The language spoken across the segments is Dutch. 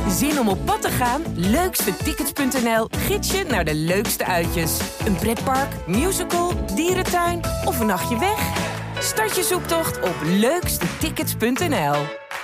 Zin om op pad te gaan? Leukstetickets.nl gids je naar de leukste uitjes. Een pretpark, musical, dierentuin of een nachtje weg? Start je zoektocht op leukstetickets.nl.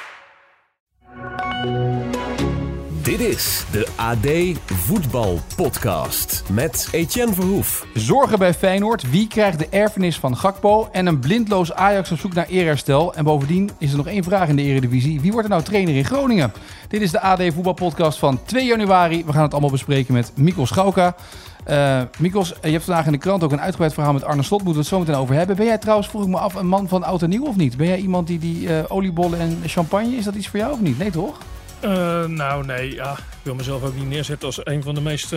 Dit is de AD Voetbal Podcast met Etienne Verhoef. Zorgen bij Feyenoord. Wie krijgt de erfenis van Gakpo? En een blindloos Ajax op zoek naar eerherstel. En bovendien is er nog één vraag in de Eredivisie. Wie wordt er nou trainer in Groningen? Dit is de AD Voetbal Podcast van 2 januari. We gaan het allemaal bespreken met Mikos Schauka. Mikos, je hebt vandaag in de krant ook een uitgebreid verhaal met Arne Slot. Moeten we het zo meteen over hebben. Ben jij trouwens, vroeg ik me af, een man van oud en nieuw of niet? Ben jij iemand die oliebollen en champagne, is dat iets voor jou of niet? Nee, toch? Nee. Ja, ik wil mezelf ook niet neerzetten als een van de meest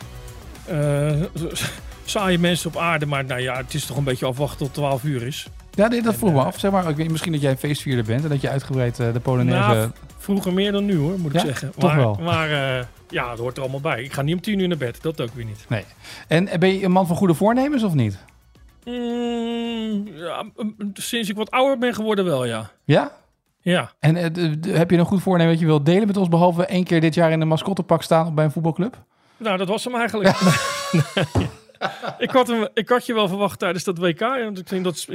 saaie mensen op aarde. Maar nou ja, het is toch een beetje afwachten tot 12 uur is. Ja, dat vroeg me af. Zeg maar, ik weet misschien dat jij een feestvierder bent en dat je uitgebreid de Polonaise... Nou, vroeger meer dan nu hoor, moet ik zeggen. Toch wel. Maar ja, dat hoort er allemaal bij. Ik ga niet om 10 uur naar bed, dat ook weer niet. Nee. En ben je een man van goede voornemens of niet? Sinds ik wat ouder ben geworden wel, ja. Ja? Ja. En heb je een goed voornemen dat je wilt delen met ons, behalve 1 keer dit jaar in een mascottepak staan bij een voetbalclub? Nou, dat was hem eigenlijk. Ik had je wel verwacht tijdens dat WK. Want ik denk dat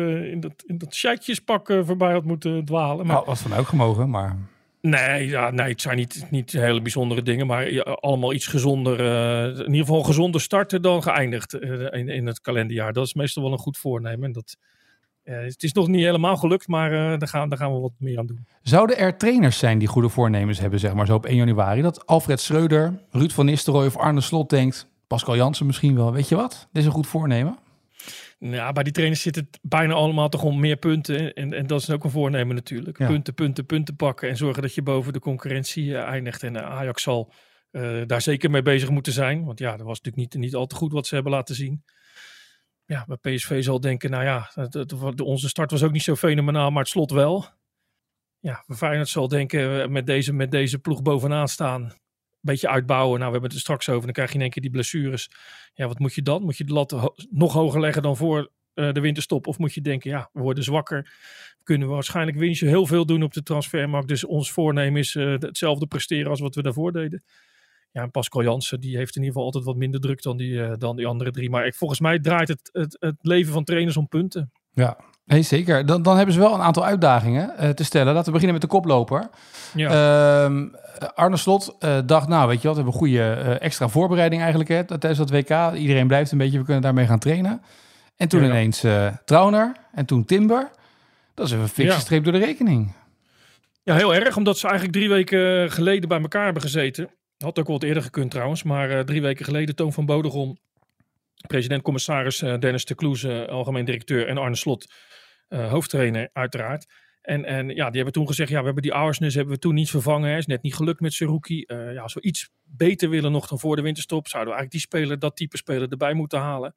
in dat sheikjespak voorbij had moeten dwalen. Maar... Nou, was van mij ook gemogen, maar... Nee, het zijn niet hele bijzondere dingen, maar allemaal iets gezonder. In ieder geval gezonder starten dan geëindigd in het kalenderjaar. Dat is meestal wel een goed voornemen. En dat... het is nog niet helemaal gelukt, maar daar gaan we wat meer aan doen. Zouden er trainers zijn die goede voornemens hebben, zeg maar zo op 1 januari? Dat Alfred Schreuder, Ruud van Nistelrooy of Arne Slot denkt, Pascal Jansen misschien wel. Weet je wat? Dit is een goed voornemen. Nou, bij die trainers zit het bijna allemaal toch om meer punten. En dat is ook een voornemen natuurlijk. Ja. Punten pakken en zorgen dat je boven de concurrentie eindigt. En Ajax zal daar zeker mee bezig moeten zijn. Want ja, dat was natuurlijk niet al te goed wat ze hebben laten zien. Ja, bij PSV zal denken, nou ja, onze start was ook niet zo fenomenaal, maar het Slot wel. Ja, bij Feyenoord zal denken, met deze ploeg bovenaan staan, een beetje uitbouwen. Nou, we hebben het er straks over, dan krijg je in één keer die blessures. Ja, wat moet je dan? Moet je de lat nog hoger leggen dan voor de winterstop? Of moet je denken, ja, we worden zwakker. Kunnen we waarschijnlijk heel veel doen op de transfermarkt. Dus ons voornemen is hetzelfde presteren als wat we daarvoor deden. Ja, en Pascal Jansen, die heeft in ieder geval altijd wat minder druk dan die andere 3. Maar volgens mij draait het leven van trainers om punten. Ja, nee, zeker. Dan hebben ze wel een aantal uitdagingen te stellen. Laten we beginnen met de koploper. Ja. Arne Slot dacht, nou weet je wat, we hebben een goede extra voorbereiding eigenlijk tijdens dat WK. Iedereen blijft een beetje, we kunnen daarmee gaan trainen. En toen ineens Trauner en toen Timber. Dat is even een fikse streep door de rekening. Ja, heel erg, omdat ze eigenlijk 3 weken geleden bij elkaar hebben gezeten. Had ook wel wat eerder gekund trouwens, maar 3 weken geleden Toon van Bodegom, president-commissaris Dennis de Kloeze, algemeen directeur en Arne Slot, hoofdtrainer uiteraard. En ja, die hebben toen gezegd, ja, we hebben die Auersnes hebben we toen niet vervangen. Hij is net niet gelukt met Seruki. Als we iets beter willen nog dan voor de winterstop, zouden we eigenlijk dat type speler erbij moeten halen.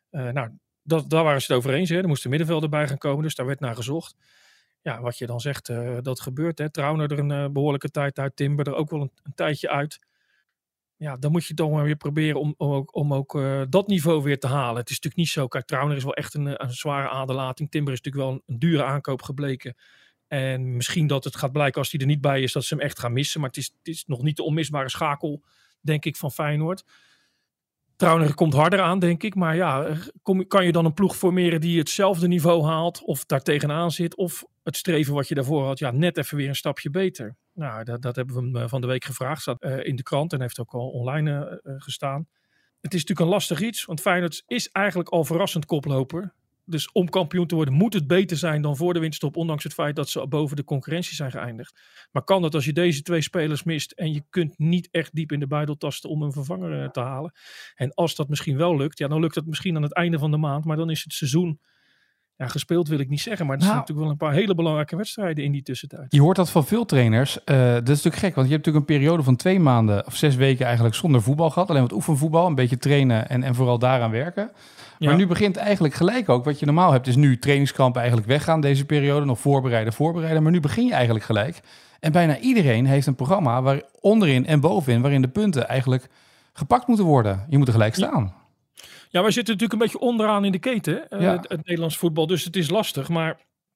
Daar waren ze het over eens. Hè. Er moest een middenvelder bij gaan komen, dus daar werd naar gezocht. Ja, wat je dan zegt, dat gebeurt. Hè. Trauner er een behoorlijke tijd uit, Timber er ook wel een tijdje uit. Ja, dan moet je toch maar weer proberen om ook dat niveau weer te halen. Het is natuurlijk niet zo. Kijk, Trauner is wel echt een zware aderlating. Timber is natuurlijk wel een dure aankoop gebleken. En misschien dat het gaat blijken als hij er niet bij is, dat ze hem echt gaan missen. Maar het is nog niet de onmisbare schakel, denk ik, van Feyenoord. Trauner komt harder aan, denk ik. Maar ja, kan je dan een ploeg formeren die hetzelfde niveau haalt of daar tegenaan zit? Of het streven wat je daarvoor had, ja, net even weer een stapje beter. Nou, dat hebben we hem van de week gevraagd. Staat in de krant en heeft ook al online gestaan. Het is natuurlijk een lastig iets, want Feyenoord is eigenlijk al verrassend koploper. Dus om kampioen te worden moet het beter zijn dan voor de winterstop, ondanks het feit dat ze boven de concurrentie zijn geëindigd. Maar kan dat als je deze 2 spelers mist en je kunt niet echt diep in de buidel tasten om een vervanger te halen? En als dat misschien wel lukt, ja, dan lukt dat misschien aan het einde van de maand, maar dan is het seizoen gespeeld, wil ik niet zeggen. Maar er zijn natuurlijk wel een paar hele belangrijke wedstrijden in die tussentijd. Je hoort dat van veel trainers. Dat is natuurlijk gek, want je hebt natuurlijk een periode van 2 maanden of 6 weken eigenlijk zonder voetbal gehad. Alleen wat oefenvoetbal, een beetje trainen en vooral daaraan werken. Maar nu begint eigenlijk gelijk ook, wat je normaal hebt, is nu trainingskampen eigenlijk weggaan deze periode. Nog voorbereiden. Maar nu begin je eigenlijk gelijk. En bijna iedereen heeft een programma waar onderin en bovenin, waarin de punten eigenlijk gepakt moeten worden. Je moet er gelijk staan. Ja, wij zitten natuurlijk een beetje onderaan in de keten, het Nederlands voetbal. Dus het is lastig. Maar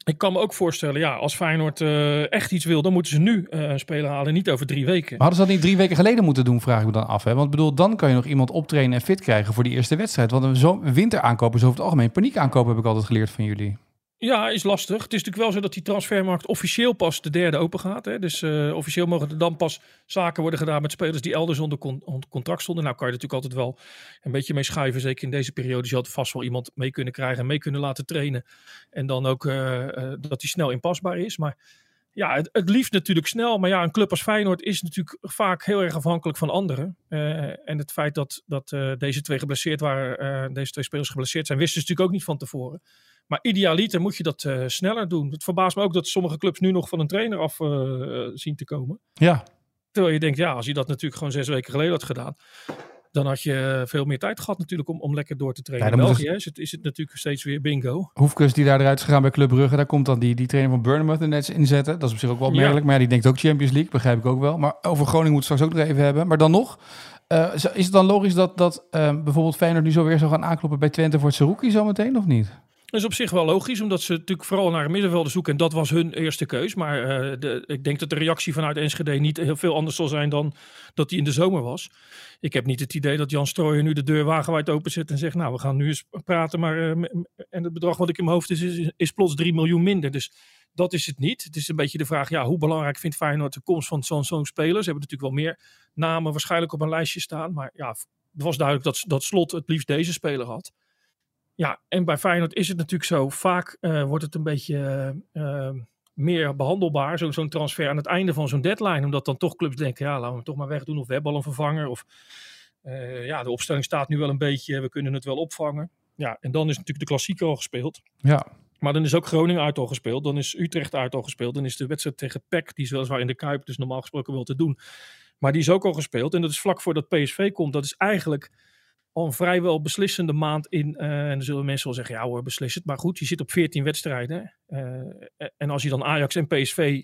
Ik kan me ook voorstellen, als Feyenoord echt iets wil, dan moeten ze nu een speler halen, niet over 3 weken. Maar hadden ze dat niet 3 weken geleden moeten doen, vraag ik me dan af. Hè? Want bedoel, dan kan je nog iemand optrainen en fit krijgen voor die eerste wedstrijd. Want een winteraankoop is over het algemeen paniek aankopen, heb ik altijd geleerd van jullie. Ja, is lastig. Het is natuurlijk wel zo dat die transfermarkt officieel pas de 3e open gaat. Hè? Dus officieel mogen er dan pas zaken worden gedaan met spelers die elders onder contract stonden. Nou kan je er natuurlijk altijd wel een beetje mee schuiven. Zeker in deze periode. Dus je had vast wel iemand mee kunnen krijgen en mee kunnen laten trainen. En dan ook dat die snel inpasbaar is. Maar ja, het liefst natuurlijk snel. Maar ja, een club als Feyenoord is natuurlijk vaak heel erg afhankelijk van anderen. En het feit dat deze 2 geblesseerd waren, deze 2 spelers geblesseerd zijn, wisten ze natuurlijk ook niet van tevoren. Maar idealiter moet je dat sneller doen. Het verbaast me ook dat sommige clubs nu nog van een trainer af zien te komen. Ja. Terwijl je denkt, als je dat natuurlijk gewoon 6 weken geleden had gedaan, dan had je veel meer tijd gehad natuurlijk om lekker door te trainen. In België is het natuurlijk steeds weer bingo. Hoefkes die daar eruit is gegaan bij Club Brugge, daar komt dan die trainer van Bournemouth er net inzetten. Dat is op zich ook wel opmerkelijk, maar die denkt ook Champions League, begrijp ik ook wel. Maar over Groningen moeten we straks ook nog even hebben. Maar dan nog, is het dan logisch dat bijvoorbeeld Feyenoord nu zo weer zou gaan aankloppen bij Twente voor het Saruki zometeen, of niet? Dat is op zich wel logisch, omdat ze natuurlijk vooral naar middenvelden zoeken. En dat was hun eerste keus. Maar ik denk dat de reactie vanuit Enschede niet heel veel anders zal zijn dan dat die in de zomer was. Ik heb niet het idee dat Jan Strooijer nu de deur wagenwijd openzet en zegt, nou, we gaan nu eens praten. Maar en het bedrag wat ik in mijn hoofd is plots 3 miljoen minder. Dus dat is het niet. Het is een beetje de vraag, hoe belangrijk vindt Feyenoord de komst van zo'n speler? Ze hebben natuurlijk wel meer namen waarschijnlijk op een lijstje staan. Maar ja, het was duidelijk dat Slot het liefst deze speler had. Ja, en bij Feyenoord is het natuurlijk zo. Vaak wordt het een beetje meer behandelbaar. Zo'n transfer aan het einde van zo'n deadline. Omdat dan toch clubs denken, laten we hem toch maar wegdoen. Of we hebben al een vervanger. Of de opstelling staat nu wel een beetje. We kunnen het wel opvangen. Ja, en dan is natuurlijk de klassieker al gespeeld. Ja. Maar dan is ook Groningen uit al gespeeld. Dan is Utrecht uit al gespeeld. Dan is de wedstrijd tegen PEC, die is weliswaar in de Kuip, dus normaal gesproken wel te doen. Maar die is ook al gespeeld. En dat is vlak voordat PSV komt. Dat is eigenlijk al een vrijwel beslissende maand in. En dan zullen mensen wel zeggen, beslissend. Maar goed, je zit op 14 wedstrijden. En als je dan Ajax en PSV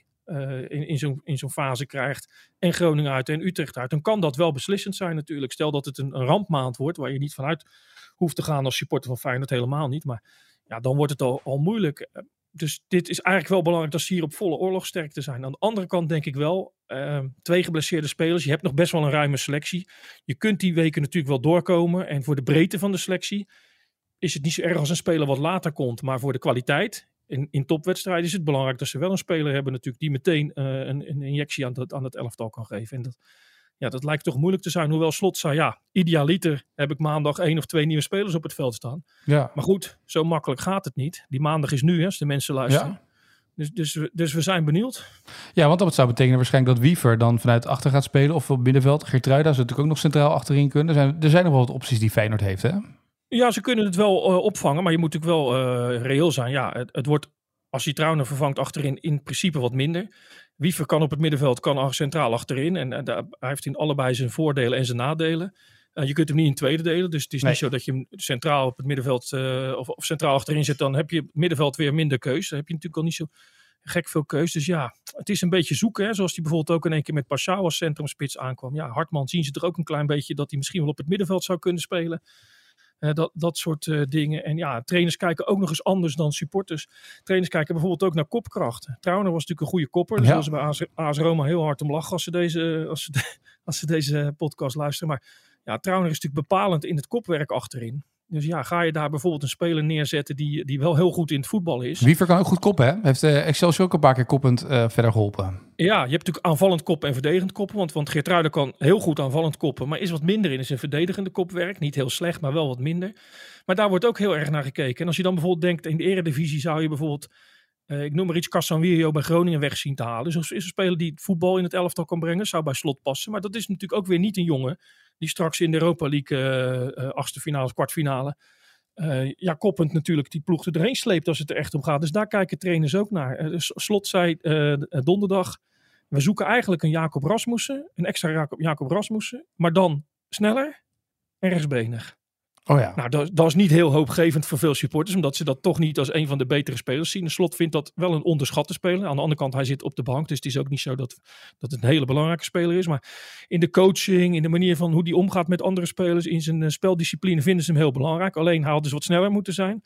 in zo'n fase krijgt. En Groningen uit en Utrecht uit. Dan kan dat wel beslissend zijn natuurlijk. Stel dat het een rampmaand wordt. Waar je niet vanuit hoeft te gaan als supporter van Feyenoord. Helemaal niet. Maar dan wordt het al moeilijk. Dus dit is eigenlijk wel belangrijk dat ze hier op volle oorlogsterkte zijn. Aan de andere kant denk ik wel, 2 geblesseerde spelers. Je hebt nog best wel een ruime selectie. Je kunt die weken natuurlijk wel doorkomen. En voor de breedte van de selectie is het niet zo erg als een speler wat later komt. Maar voor de kwaliteit in topwedstrijden is het belangrijk dat ze wel een speler hebben natuurlijk die meteen een injectie aan het elftal kan geven. En dat lijkt toch moeilijk te zijn. Hoewel Slot zei, idealiter heb ik maandag 1 of 2 nieuwe spelers op het veld staan. Ja. Maar goed, zo makkelijk gaat het niet. Die maandag is nu, als de mensen luisteren. Ja. Dus we zijn benieuwd. Ja, want dat zou betekenen waarschijnlijk dat Wiever dan vanuit achter gaat spelen. Of op middenveld. Geertruida zou natuurlijk ook nog centraal achterin kunnen. Er zijn nog wel wat opties die Feyenoord heeft, hè? Ja, ze kunnen het wel opvangen. Maar je moet natuurlijk wel reëel zijn. Ja, het wordt, als je Trauner vervangt achterin, in principe wat minder. Wiever kan op het middenveld, kan centraal achterin. En hij heeft in allebei zijn voordelen en zijn nadelen. Je kunt hem niet in tweede delen. Dus het is niet zo dat je hem centraal op het middenveld of centraal achterin zet. Dan heb je het middenveld weer minder keus. Dan heb je natuurlijk al niet zo gek veel keus. Dus het is een beetje zoeken. Hè? Zoals die bijvoorbeeld ook in één keer met Paschal als centrumspits aankwam. Ja, Hartman zien ze er ook een klein beetje dat hij misschien wel op het middenveld zou kunnen spelen. Dat soort dingen. En trainers kijken ook nog eens anders dan supporters. Trainers kijken bijvoorbeeld ook naar kopkracht. Trauner was natuurlijk een goede kopper. Daar zullen ze bij AS Roma heel hard om lachen als ze deze podcast luisteren. Maar Trauner is natuurlijk bepalend in het kopwerk achterin. Dus ga je daar bijvoorbeeld een speler neerzetten die wel heel goed in het voetbal is. Wiever kan ook goed koppen, hè? Heeft Excelsior ook een paar keer koppend verder geholpen. Ja, je hebt natuurlijk aanvallend koppen en verdedigend koppen. Want Geertruida kan heel goed aanvallend koppen, maar is wat minder in zijn verdedigende kopwerk. Niet heel slecht, maar wel wat minder. Maar daar wordt ook heel erg naar gekeken. En als je dan bijvoorbeeld denkt, in de Eredivisie zou je bijvoorbeeld, ik noem maar iets, Casanvirio bij Groningen weg zien te halen. Dus is een speler die het voetbal in het elftal kan brengen, zou bij Slot passen. Maar dat is natuurlijk ook weer niet een jongen die straks in de Europa League achtste finale, kwartfinale, koppend natuurlijk die ploeg er doorheen sleept als het er echt om gaat. Dus daar kijken trainers ook naar. Slot zei donderdag, we zoeken eigenlijk een Jacob Rasmussen, een extra Jacob Rasmussen, maar dan sneller en rechtsbenig. Oh ja. Nou, dat is niet heel hoopgevend voor veel supporters, omdat ze dat toch niet als een van de betere spelers zien. De Slot vindt dat wel een onderschatte speler. Aan de andere kant, hij zit op de bank, dus het is ook niet zo dat het een hele belangrijke speler is. Maar in de coaching, in de manier van hoe hij omgaat met andere spelers, in zijn speldiscipline vinden ze hem heel belangrijk. Alleen hij had dus wat sneller moeten zijn.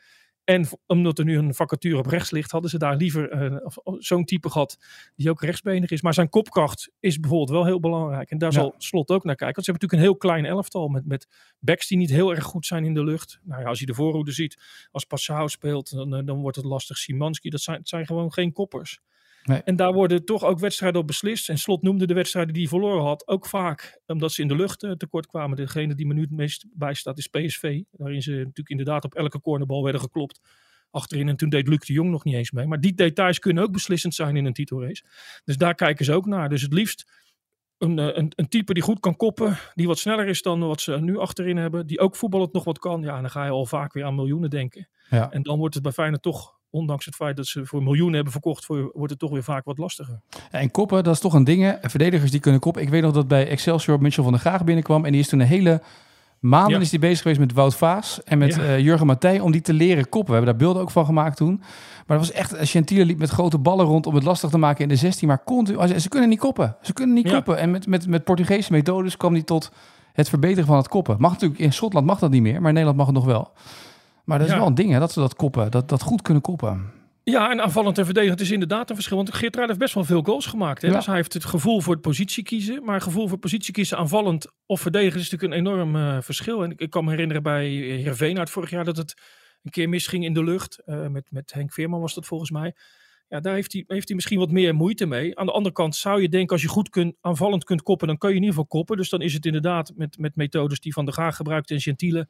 En omdat er nu een vacature op rechts ligt, hadden ze daar liever zo'n type gehad die ook rechtsbenig is. Maar zijn kopkracht is bijvoorbeeld wel heel belangrijk. En daar zal Slot ook naar kijken. Want ze hebben natuurlijk een heel klein elftal met backs die niet heel erg goed zijn in de lucht. Nou ja, als je de voorhoede ziet, als Passau speelt, dan wordt het lastig. Szymanski, dat zijn gewoon geen koppers. Nee. En daar worden toch ook wedstrijden op beslist. En Slot noemde de wedstrijden die hij verloren had ook vaak omdat ze in de lucht tekort kwamen. Degene die me nu het meest bijstaat is PSV. Waarin ze natuurlijk inderdaad op elke cornerbal werden geklopt achterin. En toen deed Luc de Jong nog niet eens mee. Maar die details kunnen ook beslissend zijn in een titelrace. Dus daar kijken ze ook naar. Dus het liefst een type die goed kan koppen. Die wat sneller is dan wat ze nu achterin hebben. Die ook voetballend nog wat kan. Ja, en dan ga je al vaak weer aan miljoenen denken. Ja. En dan wordt het bij Feyenoord toch, ondanks het feit dat ze voor miljoenen hebben verkocht, wordt het toch weer vaak wat lastiger. Ja, en koppen, dat is toch een ding. Verdedigers die kunnen koppen. Ik weet nog dat bij Excelsior Mitchell van der Graag binnenkwam. En die is toen een hele maanden is die bezig geweest met Wout Vaas en met Jurgen Matthij om die te leren koppen. We hebben daar beelden ook van gemaakt toen. Maar dat was echt, Gentile liep met grote ballen rond om het lastig te maken in de 16. Maar ze kunnen niet koppen. Ze kunnen niet koppen. En met Portugese methodes kwam hij tot het verbeteren van het koppen. Mag natuurlijk, in Schotland mag dat niet meer, maar in Nederland mag het nog wel. Maar dat is wel een ding, hè, dat ze dat koppen, dat goed kunnen koppen. Ja, en aanvallend en verdedigend is inderdaad een verschil. Want Geertruida heeft best wel veel goals gemaakt. Hè? Ja. Dus hij heeft het gevoel voor het positie kiezen. Maar gevoel voor positie kiezen aanvallend of verdedigen is natuurlijk een enorm verschil. En ik kan me herinneren bij Heerenveen uit vorig jaar dat het een keer misging in de lucht. Met Henk Veerman was dat volgens mij. Ja, daar heeft hij misschien wat meer moeite mee. Aan de andere kant zou je denken, als je goed aanvallend kunt koppen, dan kun je in ieder geval koppen. Dus dan is het inderdaad met methodes die Van der Gaag gebruikt en Gentile.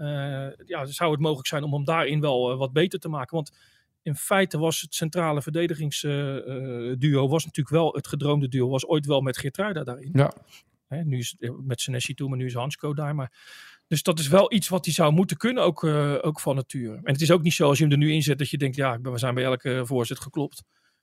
Zou het mogelijk zijn om hem daarin wel wat beter te maken. Want in feite was het centrale verdedigingsduo was natuurlijk wel het gedroomde duo. Was ooit wel met Geertruida daarin. Ja. Nu is het met Senesi toe, maar nu is Hansko daar. Dus dat is wel iets wat hij zou moeten kunnen, ook van nature. En het is ook niet zo als je hem er nu inzet dat je denkt, we zijn bij elke voorzet geklopt.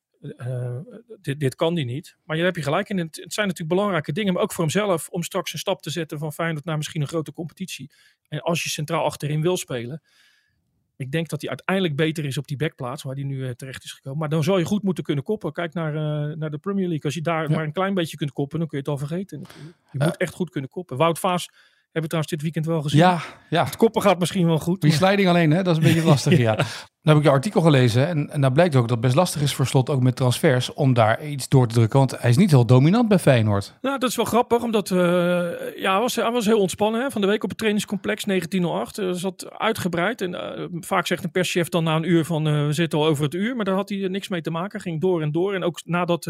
Dit kan die niet. Maar daar heb je gelijk in. Het zijn natuurlijk belangrijke dingen, maar ook voor hemzelf om straks een stap te zetten van Feyenoord naar misschien een grote competitie. En als je centraal achterin wil spelen, ik denk dat hij uiteindelijk beter is op die backplaats waar hij nu terecht is gekomen. Maar dan zou je goed moeten kunnen koppen. Kijk naar de Premier League. Als je daar maar een klein beetje kunt koppen, dan kun je het al vergeten. Je moet echt goed kunnen koppen. Wout Vaas hebben we trouwens dit weekend wel gezien. Ja. Het koppen gaat misschien wel goed. Die sliding alleen, hè? Dat is een beetje lastig, ja. Dan heb ik je artikel gelezen en daar blijkt ook dat het best lastig is voor Slot, ook met transfers, om daar iets door te drukken. Want hij is niet heel dominant bij Feyenoord. Nou, dat is wel grappig, omdat hij was heel ontspannen. Hè? Van de week op het trainingscomplex 1908. Zat uitgebreid. En vaak zegt een perschef dan na een uur van we zitten al over het uur. Maar daar had hij niks mee te maken. Ging door en door. En ook nadat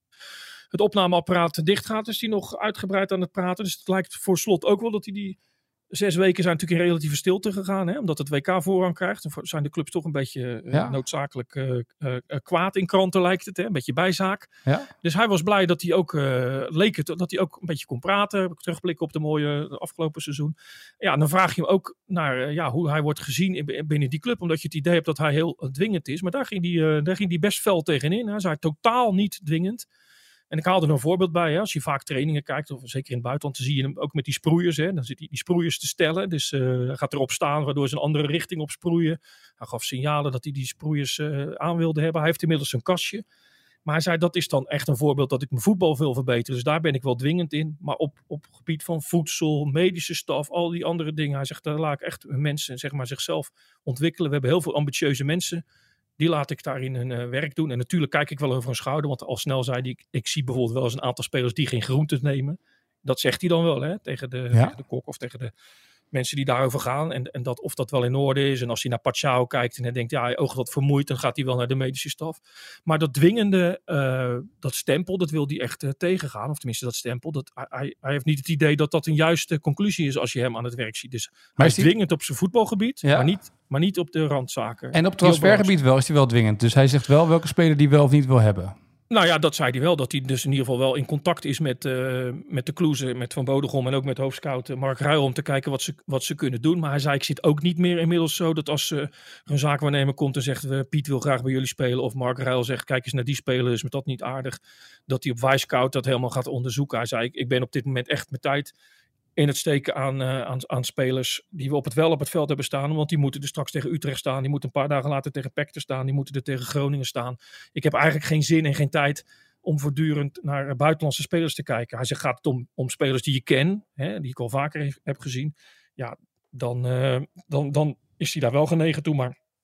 het opnameapparaat dicht gaat, is hij nog uitgebreid aan het praten. Dus het lijkt voor Slot ook wel dat hij die 6 weken zijn natuurlijk in relatieve stilte gegaan. Hè? Omdat het WK voorrang krijgt. Dan zijn de clubs toch een beetje noodzakelijk kwaad in kranten, lijkt het. Hè? Een beetje bijzaak. Ja. Dus hij was blij dat hij ook leek het dat hij ook een beetje kon praten. Terugblikken op de mooie afgelopen seizoen. Ja, dan vraag je hem ook naar hoe hij wordt gezien binnen die club. Omdat je het idee hebt dat hij heel dwingend is. Maar daar ging hij best fel tegenin. Hij zei totaal niet dwingend. En ik haal er een voorbeeld bij. Hè. Als je vaak trainingen kijkt, of zeker in het buitenland, dan zie je hem ook met die sproeiers. Hè. Dan zit hij die sproeiers te stellen. Dus hij gaat erop staan, waardoor ze een andere richting op sproeien. Hij gaf signalen dat hij die sproeiers aan wilde hebben. Hij heeft inmiddels een kastje. Maar hij zei, dat is dan echt een voorbeeld dat ik mijn voetbal wil verbeteren. Dus daar ben ik wel dwingend in. Maar op gebied van voedsel, medische staf, al die andere dingen. Hij zegt, daar laat ik echt mensen zichzelf ontwikkelen. We hebben heel veel ambitieuze mensen. Die laat ik daarin hun werk doen. En natuurlijk kijk ik wel over een schouder. Want al snel zei hij, ik zie bijvoorbeeld wel eens een aantal spelers die geen groentes nemen. Dat zegt hij dan wel, hè, tegen de kok of tegen de mensen die daarover gaan. En dat, of dat wel in orde is. En als hij naar Paschal kijkt en hij denkt, hij oogt wat vermoeid, dan gaat hij wel naar de medische staf. Maar dat dwingende, dat stempel, dat wil hij echt tegengaan. Of tenminste dat stempel. Hij heeft niet het idee dat dat een juiste conclusie is als je hem aan het werk ziet. Dus hij is dwingend op zijn voetbalgebied, maar niet op de randzaken. En op transfergebied wel is hij wel dwingend. Dus hij zegt wel welke speler die wel of niet wil hebben. Nou ja, dat zei hij wel. Dat hij dus in ieder geval wel in contact is met de Kloeze, met Van Bodegom en ook met hoofdscout Mark Ruijl om te kijken wat ze kunnen doen. Maar hij zei, ik zit ook niet meer inmiddels zo dat als er een zaakwaarnemer komt en zegt, Piet wil graag bij jullie spelen. Of Mark Ruijl zegt, kijk eens naar die speler, is met dat niet aardig. Dat hij op Wisecout dat helemaal gaat onderzoeken. Hij zei, ik ben op dit moment echt mijn tijd in het steken aan spelers die we op het veld hebben staan. Want die moeten er straks tegen Utrecht staan. Die moeten een paar dagen later tegen PEC staan. Die moeten er tegen Groningen staan. Ik heb eigenlijk geen zin en geen tijd om voortdurend naar buitenlandse spelers te kijken. Hij zegt, gaat het om spelers die je ken, hè, die ik al vaker heb gezien. Ja, dan is hij daar wel genegen toe. Maar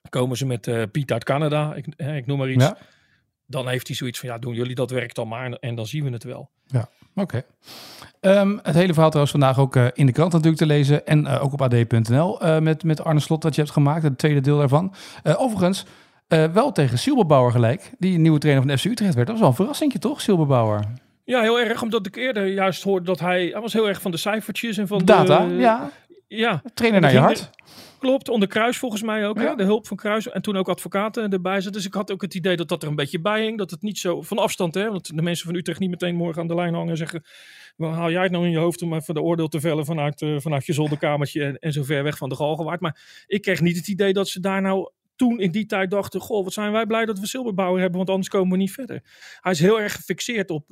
Komen ze met Piet uit Canada, ik noem maar iets. Ja. Dan heeft hij zoiets van, doen jullie dat werk dan maar en dan zien we het wel. Ja, oké. Het hele verhaal trouwens vandaag ook in de krant natuurlijk te lezen. En ook op ad.nl met Arne Slot dat je hebt gemaakt. Het tweede deel daarvan. Overigens, wel tegen Silberbauer gelijk. Die nieuwe trainer van FC Utrecht werd. Dat was wel een verrassingje toch, Silberbauer? Ja, heel erg. Omdat ik eerder juist hoorde dat hij was heel erg van de cijfertjes en van data, ja. Trainer naar je hart. Klopt, onder Kruis volgens mij ook. Ja. Hè? De hulp van Kruis. En toen ook advocaten erbij zaten. Dus ik had ook het idee dat er een beetje bij hing. Dat het niet zo van afstand, hè. Want de mensen van Utrecht niet meteen morgen aan de lijn hangen en zeggen, waar haal jij het nou in je hoofd om even de oordeel te vellen vanuit je zolderkamertje en zo ver weg van de Galgenwaard. Maar ik kreeg niet het idee dat ze daar nou toen in die tijd dachten, goh, wat zijn wij blij dat we Silberbauer hebben, want anders komen we niet verder. Hij is heel erg gefixeerd op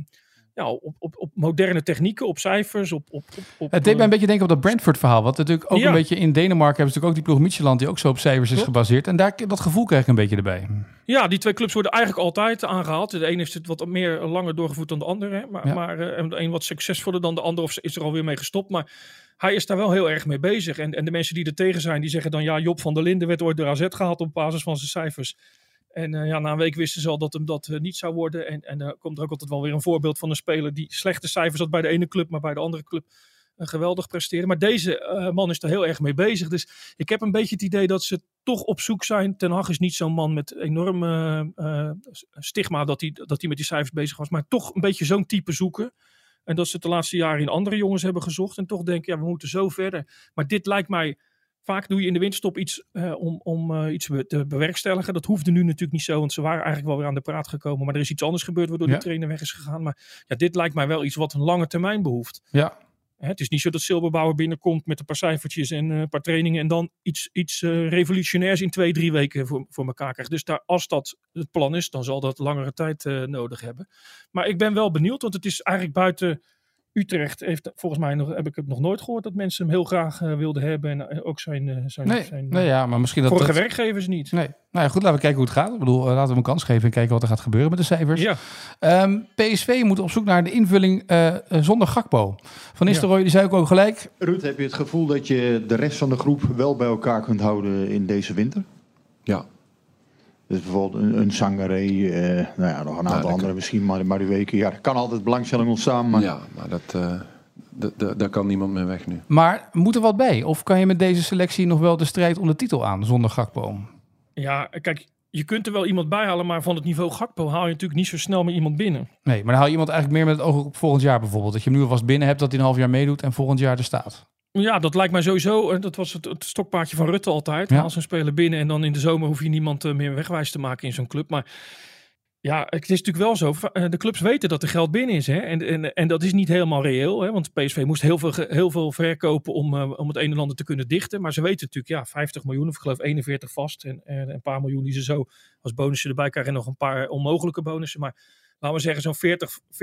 moderne technieken, op cijfers. Het deed mij een beetje denken op dat Brentford-verhaal. Wat natuurlijk ook een beetje in Denemarken hebben ze natuurlijk ook die ploeg Midtjylland die ook zo op cijfers is gebaseerd. En dat gevoel krijg ik een beetje erbij. Ja, die twee clubs worden eigenlijk altijd aangehaald. De een heeft het wat meer langer doorgevoerd dan de andere. Maar de een wat succesvoller dan de ander, of is er alweer mee gestopt. Maar hij is daar wel heel erg mee bezig. En de mensen die er tegen zijn, die zeggen dan, ja, Job van der Linden werd ooit door AZ gehaald op basis van zijn cijfers. En na een week wisten ze al dat hem dat niet zou worden. En dan komt er ook altijd wel weer een voorbeeld van een speler die slechte cijfers had bij de ene club, maar bij de andere club geweldig presteren. Maar deze man is er heel erg mee bezig. Dus ik heb een beetje het idee dat ze toch op zoek zijn. Ten Hag is niet zo'n man met enorm stigma dat hij met die cijfers bezig was. Maar toch een beetje zo'n type zoeken. En dat ze het de laatste jaren in andere jongens hebben gezocht. En toch denken, ja, we moeten zo verder. Maar dit lijkt mij, vaak doe je in de winterstop iets om iets te bewerkstelligen. Dat hoefde nu natuurlijk niet zo, want ze waren eigenlijk wel weer aan de praat gekomen. Maar er is iets anders gebeurd waardoor de trainer weg is gegaan. Maar ja, dit lijkt mij wel iets wat een lange termijn behoeft. Ja. Het is niet zo dat Silberbauer binnenkomt met een paar cijfertjes en een paar trainingen en dan iets revolutionairs in 2-3 weken voor elkaar krijgt. Dus als dat het plan is, dan zal dat langere tijd nodig hebben. Maar ik ben wel benieuwd, want het is eigenlijk buiten Utrecht heeft volgens mij heb ik het nog nooit gehoord dat mensen hem heel graag wilden hebben. En ook zijn maar misschien vorige werkgevers niet. Nee. Nou ja, goed, laten we kijken hoe het gaat. Ik bedoel, laten we hem een kans geven en kijken wat er gaat gebeuren met de cijfers. Ja. PSV moet op zoek naar de invulling zonder Gakpo. Van Nistelrooy, die zei ook gelijk. Ruud, heb je het gevoel dat je de rest van de groep wel bij elkaar kunt houden in deze winter? Ja. Dus bijvoorbeeld een Sangaré, nog een aantal andere misschien, maar die weken. Ja, er kan altijd belangstelling ontstaan. Maar... Ja, maar daar kan niemand meer weg nu. Maar moet er wat bij? Of kan je met deze selectie nog wel de strijd om de titel aan zonder Gakpo? Ja, kijk, je kunt er wel iemand bij halen, maar van het niveau Gakpo haal je natuurlijk niet zo snel meer iemand binnen. Nee, maar dan haal je iemand eigenlijk meer met het oog op volgend jaar bijvoorbeeld. Dat je hem nu alvast binnen hebt, dat hij een half jaar meedoet en volgend jaar er staat. Ja, dat lijkt mij sowieso. Dat was het stokpaardje van Rutte altijd. Ja. Als een speler binnen en dan in de zomer hoef je niemand meer wegwijs te maken in zo'n club. Maar ja, het is natuurlijk wel zo. De clubs weten dat er geld binnen is. Hè? En dat is niet helemaal reëel. Hè? Want PSV moest heel veel verkopen om het een en ander te kunnen dichten. Maar ze weten natuurlijk, 50 miljoen of ik geloof 41 vast. En een paar miljoen die ze zo als bonussen erbij krijgen. En nog een paar onmogelijke bonussen. Maar laten we zeggen, zo'n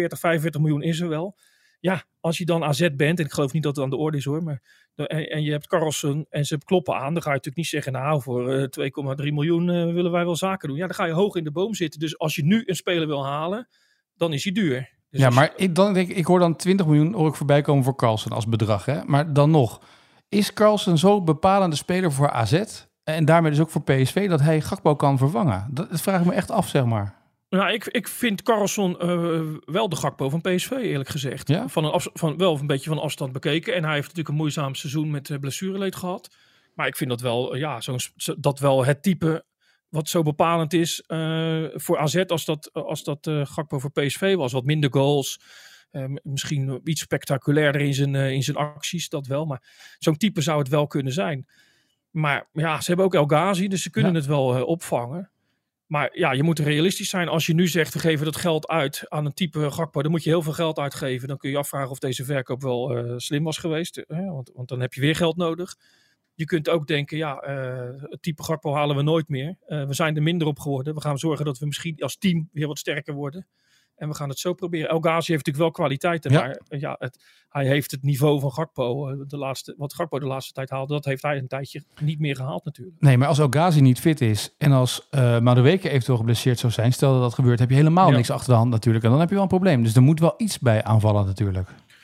45 miljoen is er wel. Ja, als je dan AZ bent, en ik geloof niet dat het aan de orde is hoor, maar en je hebt Karlsson en ze kloppen aan, dan ga je natuurlijk niet zeggen, nou voor 2,3 miljoen willen wij wel zaken doen. Ja, dan ga je hoog in de boom zitten. Dus als je nu een speler wil halen, dan is hij duur. Dus ja, maar ik hoor dan 20 miljoen voorbij komen voor Karlsson als bedrag. Hè? Maar dan nog, is Karlsson zo'n bepalende speler voor AZ en daarmee dus ook voor PSV dat hij Gakpo kan vervangen? Dat vraag ik me echt af, zeg maar. Nou, ik vind Karlsson wel de Gakpo van PSV, eerlijk gezegd. Ja? Wel een beetje van afstand bekeken. En hij heeft natuurlijk een moeizaam seizoen met blessureleed gehad. Maar ik vind dat wel, dat wel het type wat zo bepalend is voor AZ als dat Gakpo voor PSV was. Wat minder goals, misschien iets spectaculairder in zijn acties, dat wel. Maar zo'n type zou het wel kunnen zijn. Maar ja, ze hebben ook El Ghazi, dus ze kunnen het wel opvangen. Maar ja, je moet realistisch zijn. Als je nu zegt, we geven dat geld uit aan een type Gakpo, dan moet je heel veel geld uitgeven. Dan kun je afvragen of deze verkoop wel slim was geweest. Want dan heb je weer geld nodig. Je kunt ook denken, het type Gakpo halen we nooit meer. We zijn er minder op geworden. We gaan zorgen dat we misschien als team weer wat sterker worden. En we gaan het zo proberen. El Ghazi heeft natuurlijk wel kwaliteiten. Ja. Maar hij heeft het niveau van Gakpo. Wat Gakpo de laatste tijd haalde, dat heeft hij een tijdje niet meer gehaald natuurlijk. Nee, maar als El Ghazi niet fit is en als Madueke eventueel geblesseerd zou zijn, stel dat gebeurt, heb je helemaal niks achter de hand natuurlijk. En dan heb je wel een probleem. Dus er moet wel iets bij aanvallen natuurlijk.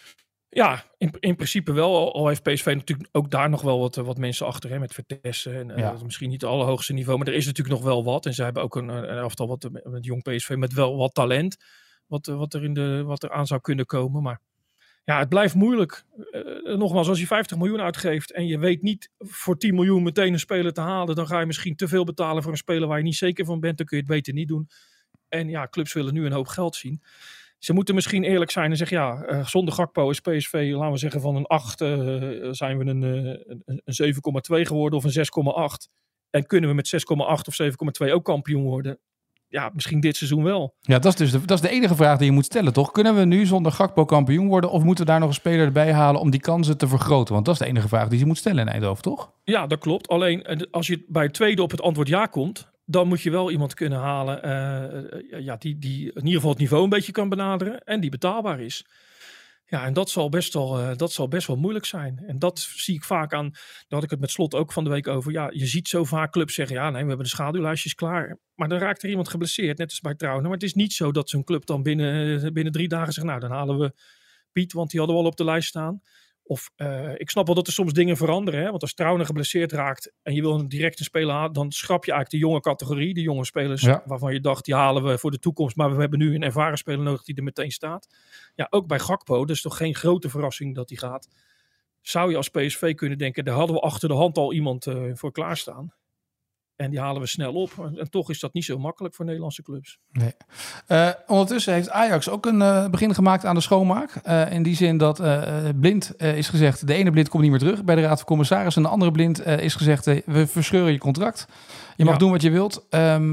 Ja, in principe wel. Al heeft PSV natuurlijk ook daar nog wel wat mensen achter. Hè, met Vitesse. En misschien niet het allerhoogste niveau. Maar er is natuurlijk nog wel wat. En ze hebben ook een elftal met jong PSV met wel wat talent. Wat er aan zou kunnen komen. Maar ja, het blijft moeilijk. Nogmaals, als je 50 miljoen uitgeeft. En je weet niet voor 10 miljoen meteen een speler te halen. Dan ga je misschien te veel betalen voor een speler waar je niet zeker van bent. Dan kun je het beter niet doen. En ja, clubs willen nu een hoop geld zien. Ze moeten misschien eerlijk zijn en zeggen, zonder Gakpo is PSV, laten we zeggen van een 8, zijn we een 7,2 geworden of een 6,8. En kunnen we met 6,8 of 7,2 ook kampioen worden? Ja, misschien dit seizoen wel. Ja, dat is de enige vraag die je moet stellen, toch? Kunnen we nu zonder Gakpo kampioen worden of moeten we daar nog een speler erbij halen om die kansen te vergroten? Want dat is de enige vraag die je moet stellen in Eindhoven, toch? Ja, dat klopt. Alleen als je bij het tweede op het antwoord ja komt, dan moet je wel iemand kunnen halen die in ieder geval het niveau een beetje kan benaderen en die betaalbaar is. Ja, en dat zal best wel moeilijk zijn. En dat zie ik vaak aan, daar had ik het met Slot ook van de week over. Ja, je ziet zo vaak clubs zeggen, we hebben de schaduwlijstjes klaar. Maar dan raakt er iemand geblesseerd, net als bij Trouwen. Maar het is niet zo dat zo'n club dan binnen 3 dagen zegt, dan halen we Piet, want die hadden we al op de lijst staan. Of ik snap wel dat er soms dingen veranderen. Hè? Want als Trouwen geblesseerd raakt en je wil direct een speler halen, dan schrap je eigenlijk de jonge categorie. De jonge spelers waarvan je dacht, die halen we voor de toekomst. Maar we hebben nu een ervaren speler nodig die er meteen staat. Ja, ook bij Gakpo, dat is toch geen grote verrassing dat hij gaat. Zou je als PSV kunnen denken, daar hadden we achter de hand al iemand voor klaarstaan. En die halen we snel op. En toch is dat niet zo makkelijk voor Nederlandse clubs. Nee. Ondertussen heeft Ajax ook een begin gemaakt aan de schoonmaak. In die zin dat Blind is gezegd, de ene Blind komt niet meer terug bij de Raad van Commissarissen. En de andere Blind is gezegd, we verscheuren je contract. Je mag doen wat je wilt.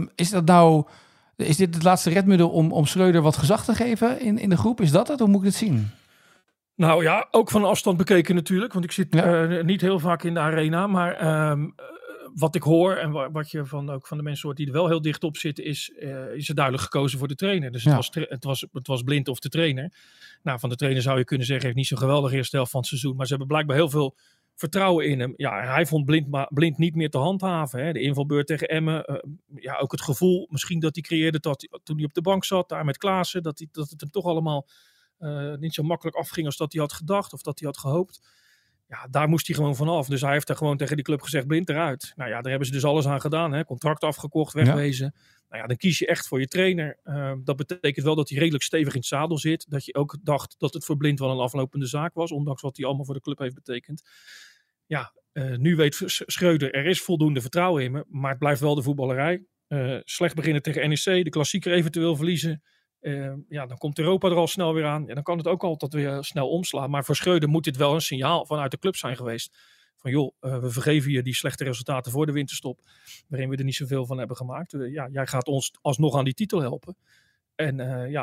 Is dit het laatste redmiddel om Schreuder wat gezag te geven in de groep? Is dat het? Hoe moet ik het zien? Nou ja, ook van afstand bekeken natuurlijk. Want ik zit niet heel vaak in de arena. Maar wat ik hoor en wat je ook van de mensen hoort die er wel heel dicht op zitten, is er duidelijk gekozen voor de trainer. Dus het was Blind of de trainer. Nou, van de trainer zou je kunnen zeggen, heeft niet zo'n geweldige eerste helft van het seizoen. Maar ze hebben blijkbaar heel veel vertrouwen in hem. Ja, hij vond Blind niet meer te handhaven. Hè. De invalbeurt tegen Emmen. Ook het gevoel misschien dat hij creëerde toen hij op de bank zat, daar met Klaassen. Dat het hem toch allemaal niet zo makkelijk afging als dat hij had gedacht of dat hij had gehoopt. Ja, daar moest hij gewoon vanaf. Dus hij heeft daar gewoon tegen die club gezegd, Blind eruit. Nou ja, daar hebben ze dus alles aan gedaan. Hè? Contract afgekocht, wegwezen. Ja. Nou ja, dan kies je echt voor je trainer. Dat betekent wel dat hij redelijk stevig in het zadel zit. Dat je ook dacht dat het voor Blind wel een aflopende zaak was. Ondanks wat hij allemaal voor de club heeft betekend. Ja, nu weet Schreuder, er is voldoende vertrouwen in me. Maar het blijft wel de voetballerij. Slecht beginnen tegen NEC, de klassieker eventueel verliezen. Dan komt Europa er al snel weer aan. Ja, dan kan het ook altijd weer snel omslaan. Maar voor Schreuder moet dit wel een signaal vanuit de club zijn geweest. Van joh, we vergeven je die slechte resultaten voor de winterstop. Waarin we er niet zoveel van hebben gemaakt. Jij gaat ons alsnog aan die titel helpen. En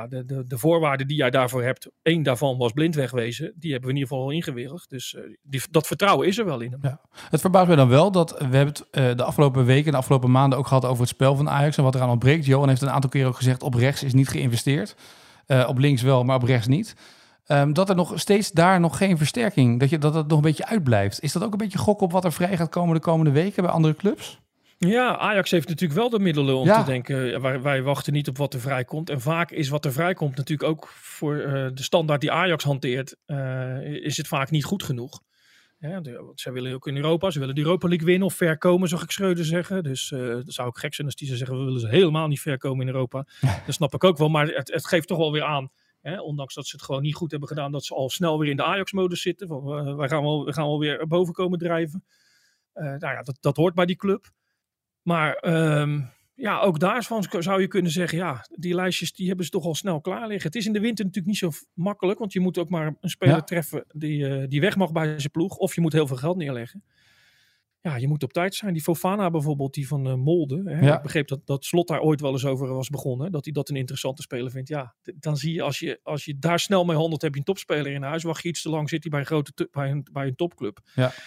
de voorwaarden die jij daarvoor hebt. 1 daarvan was Blind wegwezen. Die hebben we in ieder geval al ingewilligd. Dus dat vertrouwen is er wel in hem. Ja. Het verbaast mij dan wel dat we hebben het de afgelopen weken en de afgelopen maanden ook gehad over het spel van Ajax. En wat eraan ontbreekt. Johan heeft een aantal keer ook gezegd, op rechts is niet geïnvesteerd. Op links wel, maar op rechts niet. Dat er nog steeds daar nog geen versterking, dat het nog een beetje uitblijft. Is dat ook een beetje gok op wat er vrij gaat komen de komende weken bij andere clubs? Ja, Ajax heeft natuurlijk wel de middelen om te denken, wij wachten niet op wat er vrijkomt. En vaak is wat er vrijkomt natuurlijk ook voor de standaard die Ajax hanteert, is het vaak niet goed genoeg. Ja, zij willen ook in Europa, ze willen de Europa League winnen of ver komen, zag ik Schreuder zeggen. Dus dat zou ook gek zijn als die ze zeggen, we willen ze helemaal niet ver komen in Europa. Dat snap ik ook wel, maar het geeft toch wel weer aan. Hè, ondanks dat ze het gewoon niet goed hebben gedaan, dat ze al snel weer in de Ajax-modus zitten. We gaan wel weer boven komen drijven. Dat hoort bij die club. Maar ook daarvan zou je kunnen zeggen, die lijstjes die hebben ze toch al snel klaar liggen. Het is in de winter natuurlijk niet zo makkelijk, want je moet ook maar een speler treffen die weg mag bij zijn ploeg. Of je moet heel veel geld neerleggen. Ja, je moet op tijd zijn. Die Fofana bijvoorbeeld, die van Molde. Hè? Ja. Ik begreep dat Slot daar ooit wel eens over was begonnen. Dat hij dat een interessante speler vindt. Ja, dan zie je als je daar snel mee handelt, heb je een topspeler in huis. Wacht je iets te lang, zit hij bij een topclub. Ja.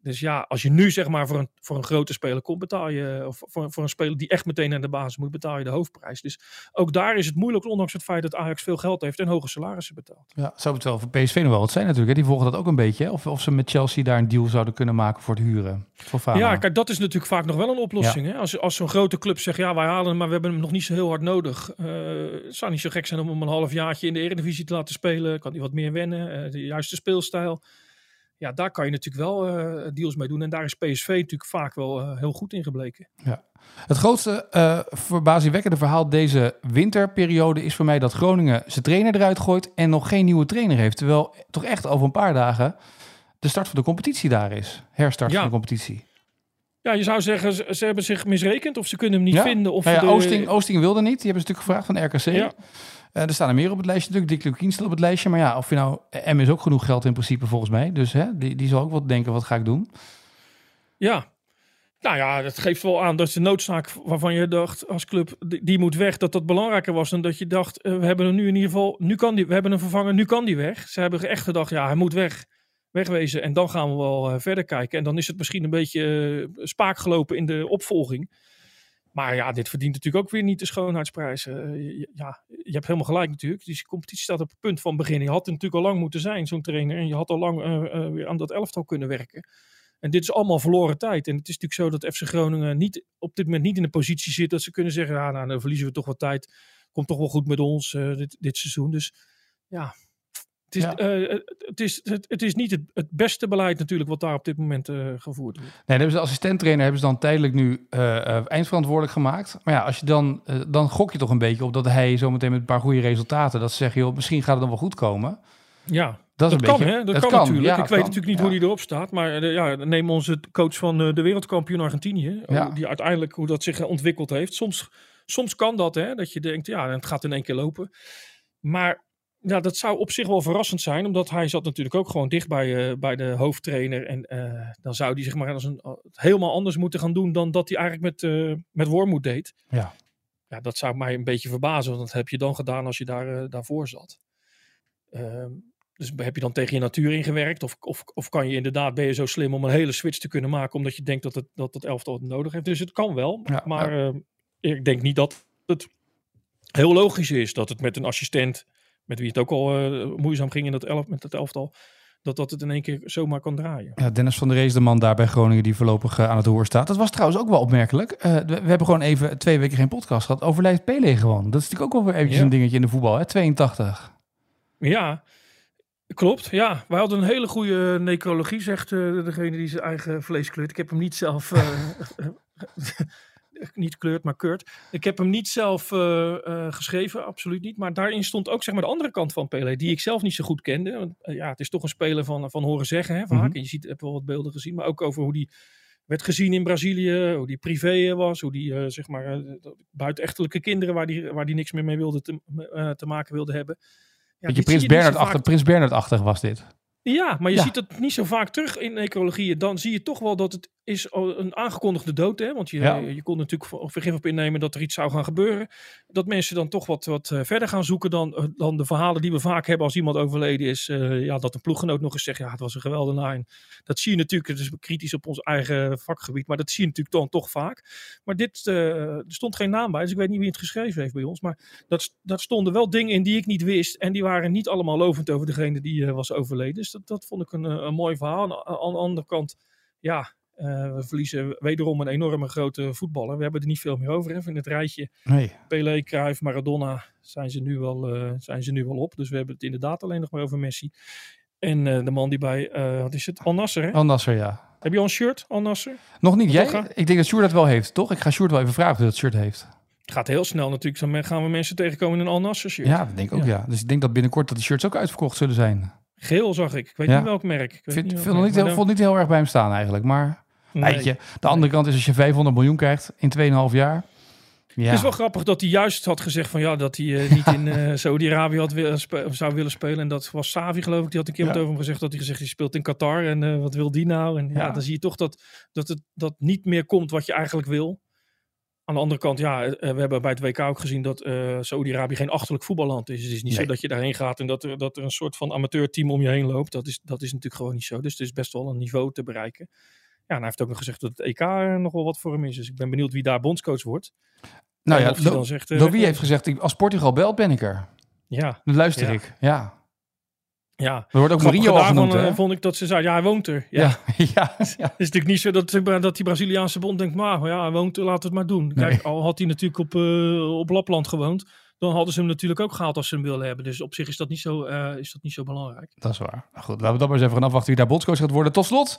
Dus ja, als je nu zeg maar voor een grote speler komt, betaal je, of voor een speler die echt meteen aan de basis moet, betaal je de hoofdprijs. Dus ook daar is het moeilijk, ondanks het feit dat Ajax veel geld heeft en hoge salarissen betaalt. Ja, zou het wel voor PSV nog wel wat zijn natuurlijk. Hè? Die volgen dat ook een beetje. Hè? Of ze met Chelsea daar een deal zouden kunnen maken voor het huren. Voor Fana. Ja, kijk, dat is natuurlijk vaak nog wel een oplossing. Hè? Als zo'n grote club zegt, ja, wij halen hem, maar we hebben hem nog niet zo heel hard nodig. Het zou niet zo gek zijn om een halfjaartje in de Eredivisie te laten spelen. Kan hij wat meer wennen, de juiste speelstijl. Ja, daar kan je natuurlijk wel deals mee doen. En daar is PSV natuurlijk vaak wel heel goed in gebleken. Ja. Het grootste verbazingwekkende verhaal deze winterperiode is voor mij dat Groningen zijn trainer eruit gooit en nog geen nieuwe trainer heeft. Terwijl toch echt over een paar dagen de start van de competitie daar is. Herstart van de competitie. Ja, je zou zeggen, ze hebben zich misrekend of ze kunnen hem niet vinden. Of Oosting wilde niet. Die hebben ze natuurlijk gevraagd van de RKC. Ja. Er staan er meer op het lijstje natuurlijk. Dick Lukien staat op het lijstje. Maar ja, of je nou... M is ook genoeg geld in principe volgens mij. Dus die zal ook wat denken, wat ga ik doen? Ja. Nou ja, dat geeft wel aan dat de noodzaak waarvan je dacht als club, die moet weg, dat belangrijker was dan dat je dacht, we hebben hem nu in ieder geval, we hebben hem vervangen, nu kan die weg. Ze hebben echt gedacht, ja, hij moet wegwezen en dan gaan we wel verder kijken. En dan is het misschien een beetje spaak gelopen in de opvolging. Maar ja, dit verdient natuurlijk ook weer niet de schoonheidsprijs. Je hebt helemaal gelijk natuurlijk. Die competitie staat op het punt van begin. Je had er natuurlijk al lang moeten zijn, zo'n trainer. En je had al lang weer aan dat elftal kunnen werken. En dit is allemaal verloren tijd. En het is natuurlijk zo dat FC Groningen op dit moment niet in de positie zit dat ze kunnen zeggen, nou, dan verliezen we toch wat tijd. Komt toch wel goed met ons dit seizoen. Dus ja, het is niet het beste beleid natuurlijk wat daar op dit moment gevoerd wordt. Nee, dan hebben ze de assistenttrainer hebben ze dan tijdelijk nu eindverantwoordelijk gemaakt. Maar ja, als je dan gok je toch een beetje op dat hij zometeen met een paar goede resultaten, dat ze zeggen, joh, misschien gaat het dan wel goed komen. Ja. Dat kan, hè? Dat kan natuurlijk. Ja, ik weet natuurlijk niet hoe die erop staat. Maar neem onze coach van de wereldkampioen Argentinië. Die uiteindelijk hoe dat zich ontwikkeld heeft. Soms kan dat, hè? Dat je denkt, ja, het gaat in één keer lopen. Maar ja, dat zou op zich wel verrassend zijn. Omdat hij zat natuurlijk ook gewoon dicht bij de hoofdtrainer. En dan zou hij zeg maar helemaal anders moeten gaan doen dan dat hij eigenlijk met Wormoed deed. Ja. Ja, dat zou mij een beetje verbazen. Want dat heb je dan gedaan als je daarvoor zat. Dus heb je dan tegen je natuur ingewerkt? Of kan je inderdaad, ben je zo slim om een hele switch te kunnen maken, omdat je denkt dat het elftal het nodig heeft? Dus het kan wel. Ja, maar ik denk niet dat het heel logisch is dat het met een assistent, met wie het ook al moeizaam ging met dat elftal, dat het in één keer zomaar kan draaien. Ja, Dennis van der Rees, de man daar bij Groningen die voorlopig aan het roer staat. Dat was trouwens ook wel opmerkelijk. We hebben gewoon even 2 weken geen podcast gehad. Overlijdt Pelé gewoon. Dat is natuurlijk ook wel weer eventjes een dingetje in de voetbal, hè? 82. Ja, klopt. Ja, wij hadden een hele goede necrologie, zegt degene die zijn eigen vlees kleurt. Ik heb hem niet zelf... niet kleurt, maar keurt. Ik heb hem niet zelf geschreven, absoluut niet. Maar daarin stond ook zeg maar de andere kant van Pelé, die ik zelf niet zo goed kende. Want, het is toch een speler van horen zeggen, hè, vaak. Mm-hmm. En je hebt wel wat beelden gezien, maar ook over hoe die werd gezien in Brazilië, hoe die privé was, hoe die buitenechtelijke kinderen waar die niks meer mee wilde te maken wilde hebben. Ja, beetje Prins Bernhard-achtig was dit. Ja, maar je ziet het niet zo vaak terug in necrologieën. Dan zie je toch wel dat het is een aangekondigde dood is. Want je kon natuurlijk vergif op innemen dat er iets zou gaan gebeuren. Dat mensen dan toch wat verder gaan zoeken dan de verhalen die we vaak hebben als iemand overleden is. Dat een ploeggenoot nog eens zegt, ja, het was een geweldenaar. En dat zie je natuurlijk, het is kritisch op ons eigen vakgebied. Maar dat zie je natuurlijk dan toch vaak. Maar er stond geen naam bij, dus ik weet niet wie het geschreven heeft bij ons. Maar dat stonden wel dingen in die ik niet wist. En die waren niet allemaal lovend over degene die was overleden. Dus dat vond ik een mooi verhaal. Aan de andere kant, we verliezen wederom een enorme grote voetballer. We hebben er niet veel meer over. Hè? In het rijtje Pelé, Cruyff, Maradona zijn ze nu wel op. Dus we hebben het inderdaad alleen nog maar over Messi. En de man die bij, wat is het? Al Nassr, hè? Al Nassr, ja. Heb je al een shirt, Al Nassr? Nog niet. Jij? Ik denk dat Sjoerd dat wel heeft, toch? Ik ga Sjoerd wel even vragen of hij dat shirt heeft. Het gaat heel snel natuurlijk. Dan gaan we mensen tegenkomen in een Al Nassr shirt. Ja, dat denk ik ook, ja. Dus ik denk dat binnenkort dat die shirts ook uitverkocht zullen zijn. Geel zag ik. Ik weet niet welk merk. Ik vond niet heel erg bij hem staan eigenlijk. Maar de andere kant is als je 500 miljoen krijgt in 2,5 jaar. Ja. Het is wel grappig dat hij juist had gezegd van dat hij niet in Saudi-Arabië zou willen spelen. En dat was Xavi, geloof ik. Die had een keer wat over hem gezegd. Dat hij gezegd hij speelt in Qatar. En wat wil die nou? En dan zie je toch dat niet meer komt wat je eigenlijk wil. Aan de andere kant, we hebben bij het WK ook gezien dat Saoedi-Arabië geen achterlijk voetballand is. Het is niet zo dat je daarheen gaat en dat er een soort van amateurteam om je heen loopt. Dat is natuurlijk gewoon niet zo. Dus het is best wel een niveau te bereiken. Ja, en hij heeft ook nog gezegd dat het EK nog wel wat voor hem is. Dus ik ben benieuwd wie daar bondscoach wordt. Nou ja, Louis heeft gezegd, als Portugal belt, ben ik er. Ja. Dan luister ik. Ja. Ja, er wordt ook Mourinho al genoemd, hè? Vond ik dat ze zei, hij woont er. Ja. Het is natuurlijk niet zo dat die Braziliaanse bond denkt, maar hij woont er, laten we het maar doen. Kijk, al had hij natuurlijk op Lapland gewoond, dan hadden ze hem natuurlijk ook gehaald als ze hem wilden hebben. Dus op zich is dat niet zo belangrijk. Dat is waar. Nou goed, laten we dan maar eens even gaan afwachten wie daar bondscoach gaat worden. Tot slot.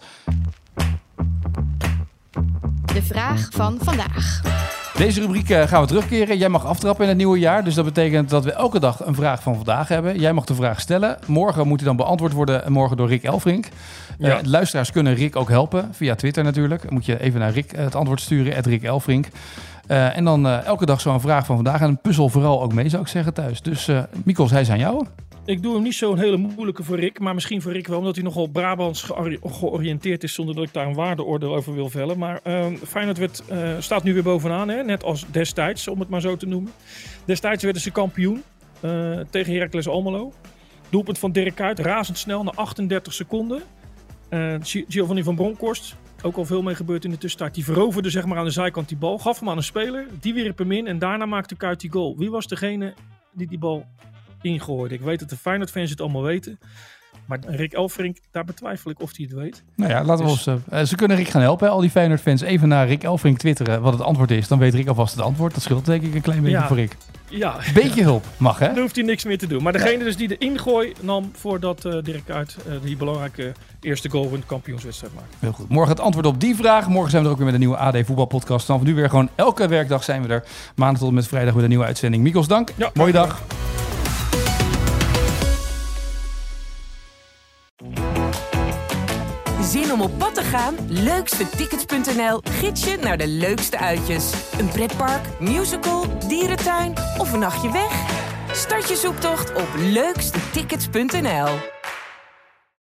De vraag van vandaag. Deze rubriek gaan we terugkeren. Jij mag aftrappen in het nieuwe jaar. Dus dat betekent dat we elke dag een vraag van vandaag hebben. Jij mag de vraag stellen. Morgen moet die dan beantwoord worden. Morgen door Rick Elfrink. Luisteraars kunnen Rick ook helpen. Via Twitter natuurlijk. Dan moet je even naar Rick het antwoord sturen. @Rick Elfrink. En dan elke dag zo'n vraag van vandaag. En een puzzel vooral ook mee, zou ik zeggen, thuis. Dus Mikkels, hij is aan jou. Ik doe hem niet zo'n hele moeilijke voor Rick, maar misschien voor Rick wel, omdat hij nogal Brabants georiënteerd is, zonder dat ik daar een waardeoordeel over wil vellen. Maar Feyenoord staat nu weer bovenaan, hè? Net als destijds, om het maar zo te noemen. Destijds werden ze kampioen tegen Heracles Almelo. Doelpunt van Dirk Kuyt, razendsnel, na 38 seconden. Giovanni van Bronckhorst, ook al veel mee gebeurd in de tussentijd. Die veroverde zeg maar aan de zijkant die bal, gaf hem aan een speler, die wierp hem in en daarna maakte Kuyt die goal. Wie was degene die bal ingooide? Ik weet dat de Feyenoord-fans het allemaal weten. Maar Rick Elfrink, daar betwijfel ik of hij het weet. Nou ja, laten we ons... ze kunnen Rick gaan helpen, al die Feyenoord-fans. Even naar Rick Elfrink twitteren wat het antwoord is. Dan weet Rick alvast het antwoord. Dat scheelt denk ik een klein beetje voor Rick. Ja. Beetje hulp mag, hè? Dan hoeft hij niks meer te doen. Maar degene dus die de ingooi nam voordat Dirk Kuyt die belangrijke eerste goal in de kampioenswedstrijd maakte. Heel goed. Morgen het antwoord op die vraag. Morgen zijn we er ook weer met een nieuwe AD voetbalpodcast. Vanaf nu weer gewoon elke werkdag zijn we er. Maandag tot en met vrijdag met een nieuwe uitzending. Mikkels, dank. Ja, mooie dag. Zin om op pad te gaan? Leukstetickets.nl gids je naar de leukste uitjes. Een pretpark, musical, dierentuin of een nachtje weg? Start je zoektocht op leukstetickets.nl.